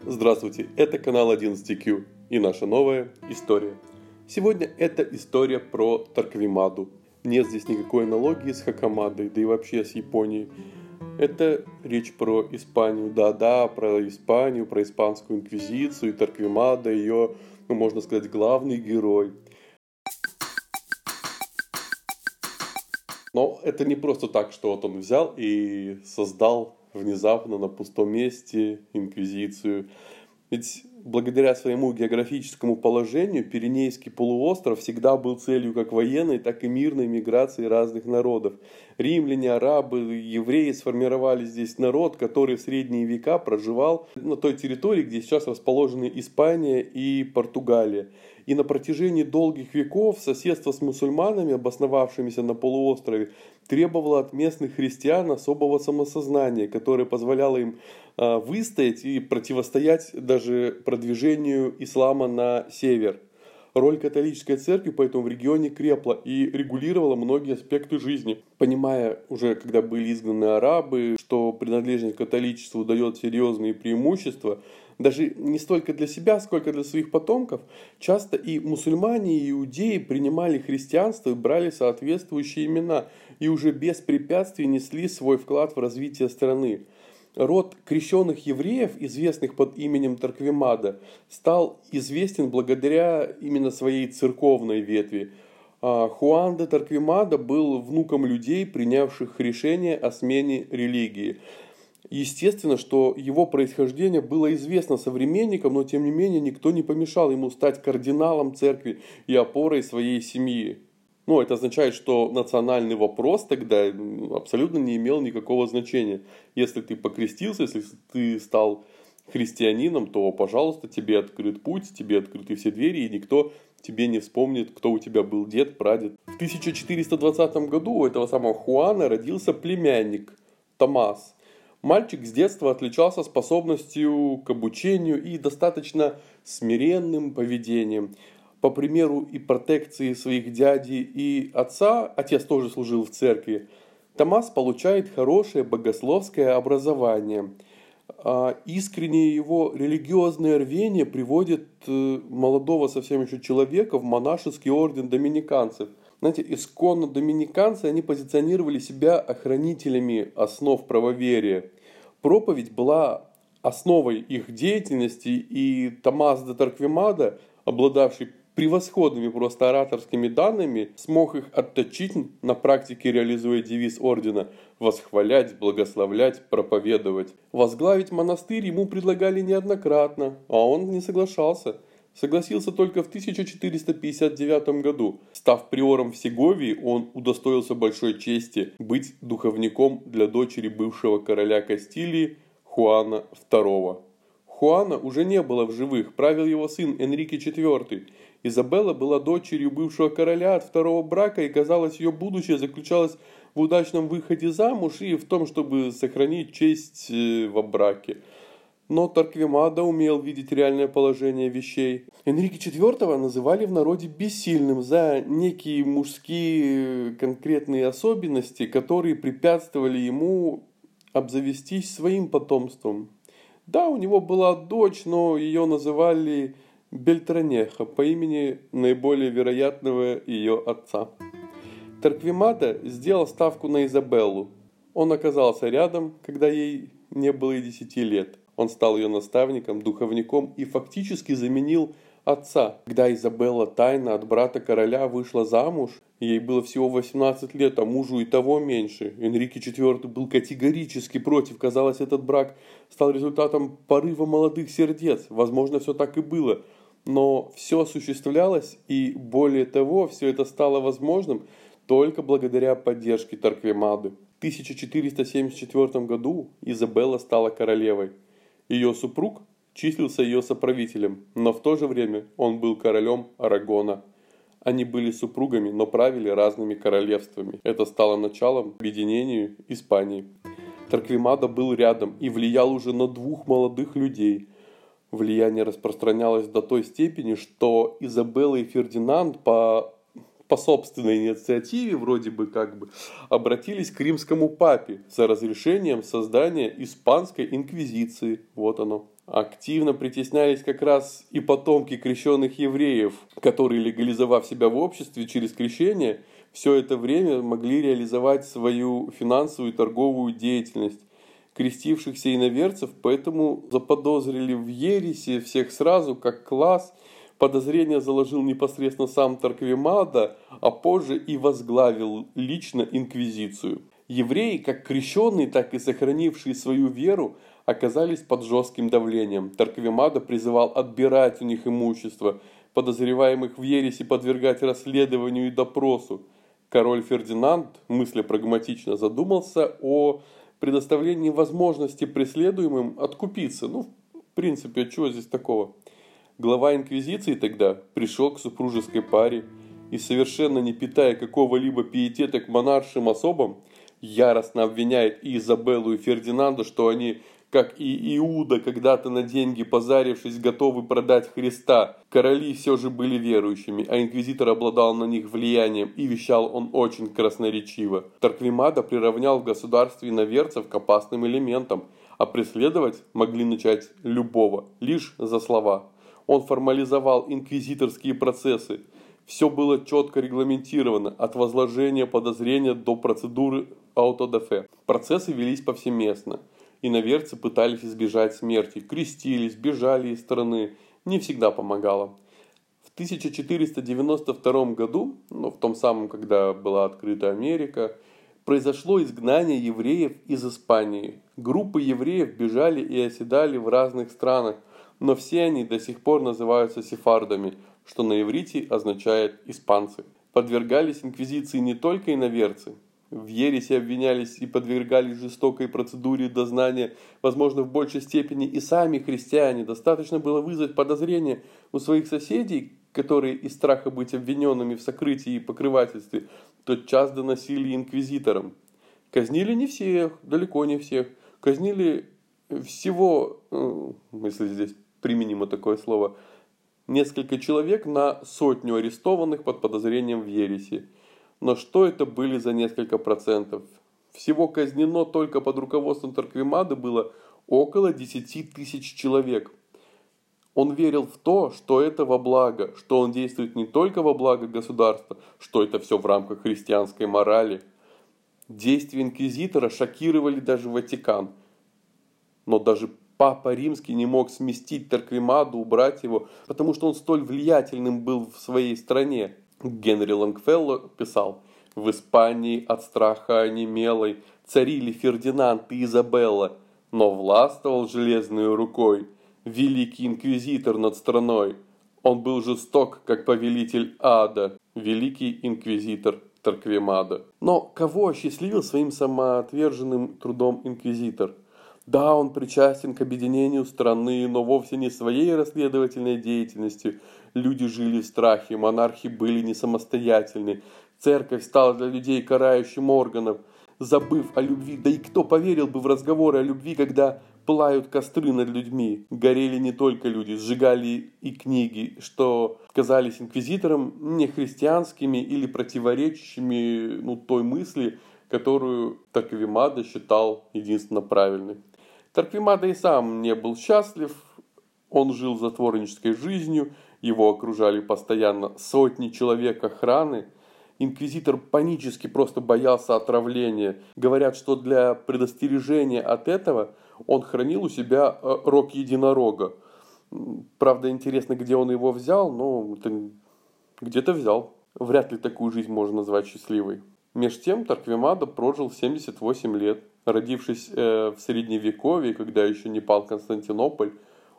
Здравствуйте, это канал 11Q и наша новая история. Сегодня это история про Торквемаду. Нет здесь никакой аналогии с Хакамадой, да и вообще с Японией. Это речь про Испанию, да-да, про Испанию, про испанскую инквизицию, и Торквемада, ее, можно сказать, главный герой. Но это не просто так, что вот он взял и создал внезапно на пустом месте инквизицию. Ведь благодаря своему географическому положению Пиренейский полуостров всегда был целью как военной, так и мирной миграции разных народов. Римляне, арабы, евреи сформировали здесь народ, который в средние века проживал на той территории, где сейчас расположены Испания и Португалия. И на протяжении долгих веков соседство с мусульманами, обосновавшимися на полуострове, требовало от местных христиан особого самосознания, которое позволяло им выстоять и противостоять даже продвижению ислама на север. Роль католической церкви поэтому в регионе крепла и регулировала многие аспекты жизни. Понимая уже, когда были изгнаны арабы, что принадлежность к католичеству дает серьезные преимущества, даже не столько для себя, сколько для своих потомков, часто и мусульмане, и иудеи принимали христианство и брали соответствующие имена, и уже без препятствий несли свой вклад в развитие страны. Род крещенных евреев, известных под именем Торквемада, стал известен благодаря именно своей церковной ветви. Хуан де Торквемада был внуком людей, принявших решение о смене религии. Естественно, что его происхождение было известно современникам, но тем не менее никто не помешал ему стать кардиналом церкви и опорой своей семьи. Это означает, что национальный вопрос тогда абсолютно не имел никакого значения. Если ты покрестился, если ты стал христианином, то, пожалуйста, тебе открыт путь, тебе открыты все двери, и никто тебе не вспомнит, кто у тебя был дед, прадед. В 1420 году у этого самого Хуана родился племянник Томас. Мальчик с детства отличался способностью к обучению и достаточно смиренным поведением. По примеру и протекции своих дядей и отца, отец тоже служил в церкви, Томас получает хорошее богословское образование. Искреннее его религиозное рвение приводит молодого совсем еще человека в монашеский орден доминиканцев. Знаете, исконно доминиканцы, они позиционировали себя охранителями основ правоверия. Проповедь была основой их деятельности, и Томас де Торквемада, обладавший превосходными просто ораторскими данными, смог их отточить на практике, реализуя девиз ордена «восхвалять, благословлять, проповедовать». Возглавить монастырь ему предлагали неоднократно, а он не соглашался. Согласился только в 1459 году. Став приором в Сеговии, он удостоился большой чести быть духовником для дочери бывшего короля Кастилии Хуана II. Хуана уже не было в живых, правил его сын Энрике IV. Изабелла была дочерью бывшего короля от второго брака, и, казалось, ее будущее заключалось в удачном выходе замуж и в том, чтобы сохранить честь во браке. Но Торквемада умел видеть реальное положение вещей. Энрике IV называли в народе бессильным за некие мужские конкретные особенности, которые препятствовали ему обзавестись своим потомством. Да, у него была дочь, но ее называли Бельтранеха по имени наиболее вероятного ее отца. Торквемада сделал ставку на Изабеллу. Он оказался рядом, когда ей не было и 10 лет. Он стал ее наставником, духовником и фактически заменил отца. Когда Изабелла тайно от брата короля вышла замуж, ей было всего 18 лет, а мужу и того меньше. Энрике IV был категорически против. Казалось, этот брак стал результатом порыва молодых сердец. Возможно, все так и было. Но все осуществлялось, и более того, все это стало возможным только благодаря поддержке Торквемады. В 1474 году Изабелла стала королевой. Ее супруг числился ее соправителем, но в то же время он был королем Арагона. Они были супругами, но правили разными королевствами. Это стало началом объединению Испании. Торквемада был рядом и влиял уже на двух молодых людей. Влияние распространялось до той степени, что Изабелла и Фердинанд по собственной инициативе, обратились к римскому папе за разрешением создания испанской инквизиции. Вот оно. Активно притеснялись как раз и потомки крещенных евреев, которые, легализовав себя в обществе через крещение, все это время могли реализовать свою финансовую и торговую деятельность. Крестившихся иноверцев поэтому заподозрили в ереси всех сразу, как класс. Подозрение заложил непосредственно сам Торквемада, а позже и возглавил лично инквизицию. Евреи, как крещенные, так и сохранившие свою веру, оказались под жестким давлением. Торквемада призывал отбирать у них имущество, подозреваемых в ереси подвергать расследованию и допросу. Король Фердинанд, мысля прагматично, задумался о предоставлении возможности преследуемым откупиться. В принципе, а чего здесь такого? Глава инквизиции тогда пришел к супружеской паре и, совершенно не питая какого-либо пиетета к монаршим особам, яростно обвиняет и Изабеллу, и Фердинанда, что они, как и Иуда, когда-то на деньги позарившись, готовы продать Христа. Короли все же были верующими, а инквизитор обладал на них влиянием, и вещал он очень красноречиво. Торквемада приравнял в государстве иноверцев к опасным элементам, а преследовать могли начать любого, лишь за слова. Он формализовал инквизиторские процессы. Все было четко регламентировано, от возложения подозрения до процедуры аутодафе. Процессы велись повсеместно. Иноверцы пытались избежать смерти, крестились, бежали из страны. Не всегда помогало. В 1492 году, в том самом, когда была открыта Америка, произошло изгнание евреев из Испании. Группы евреев бежали и оседали в разных странах, но все они до сих пор называются сефардами, что на иврите означает «испанцы». Подвергались инквизиции не только иноверцы. В ереси обвинялись и подвергались жестокой процедуре дознания, возможно, в большей степени и сами христиане. Достаточно было вызвать подозрение у своих соседей, которые из страха быть обвиненными в сокрытии и покрывательстве, тотчас доносили инквизиторам. Казнили не всех, далеко не всех. Казнили всего, если здесь применимо такое слово, несколько человек на 100 арестованных под подозрением в ереси. Но что это были за несколько процентов? Всего казнено только под руководством Торквемады было около 10 тысяч человек. Он верил в то, что это во благо, что он действует не только во благо государства, что это все в рамках христианской морали. Действия инквизитора шокировали даже Ватикан. Но даже Папа Римский не мог сместить Торквемаду, убрать его, потому что он столь влиятельным был в своей стране. Генри Лонгфелло писал: «В Испании от страха онемелой царили Фердинанд и Изабелла, но властвовал железной рукой великий инквизитор над страной. Он был жесток, как повелитель ада, великий инквизитор Торквемада». Но кого осчастливил своим самоотверженным трудом инквизитор? Да, он причастен к объединению страны, но вовсе не своей расследовательной деятельностью. Люди жили в страхе, монархи были не самостоятельны. Церковь стала для людей карающим органом, забыв о любви. Да и кто поверил бы в разговоры о любви, когда пылают костры над людьми? Горели не только люди, сжигали и книги, что казались инквизиторам нехристианскими или противоречащими той мысли, которую Торквемада считал единственно правильной. Торквемада и сам не был счастлив, он жил затворнической жизнью, его окружали постоянно сотни человек охраны. Инквизитор панически просто боялся отравления. Говорят, что для предостережения от этого он хранил у себя рог единорога. Правда, интересно, где он его взял, но где-то взял. Вряд ли такую жизнь можно назвать счастливой. Меж тем Торквемада прожил 78 лет. Родившись в Средневековье, когда еще не пал Константинополь,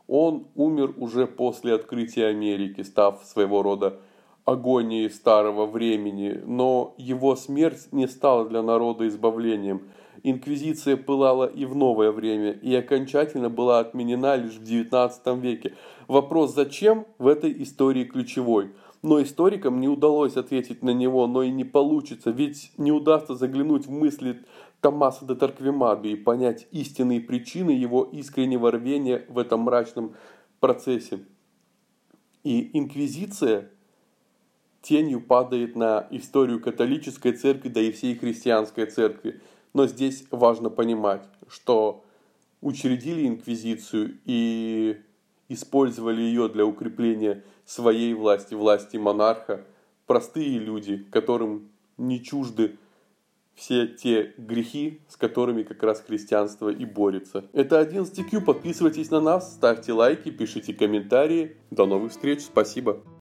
он умер уже после открытия Америки, став своего рода агонией старого времени. Но его смерть не стала для народа избавлением. Инквизиция пылала и в новое время, и окончательно была отменена лишь в XIX веке. Вопрос «зачем?» в этой истории ключевой. Но историкам не удалось ответить на него, но и не получится, ведь не удастся заглянуть в мысли Томмаса де Торквемады и понять истинные причины его искреннего рвения в этом мрачном процессе. И инквизиция тенью падает на историю католической церкви, да и всей христианской церкви. Но здесь важно понимать, что учредили инквизицию и использовали ее для укрепления своей власти, власти монарха, простые люди, которым не чужды все те грехи, с которыми как раз христианство и борется. Это 11Q. Подписывайтесь на нас, ставьте лайки, пишите комментарии. До новых встреч. Спасибо.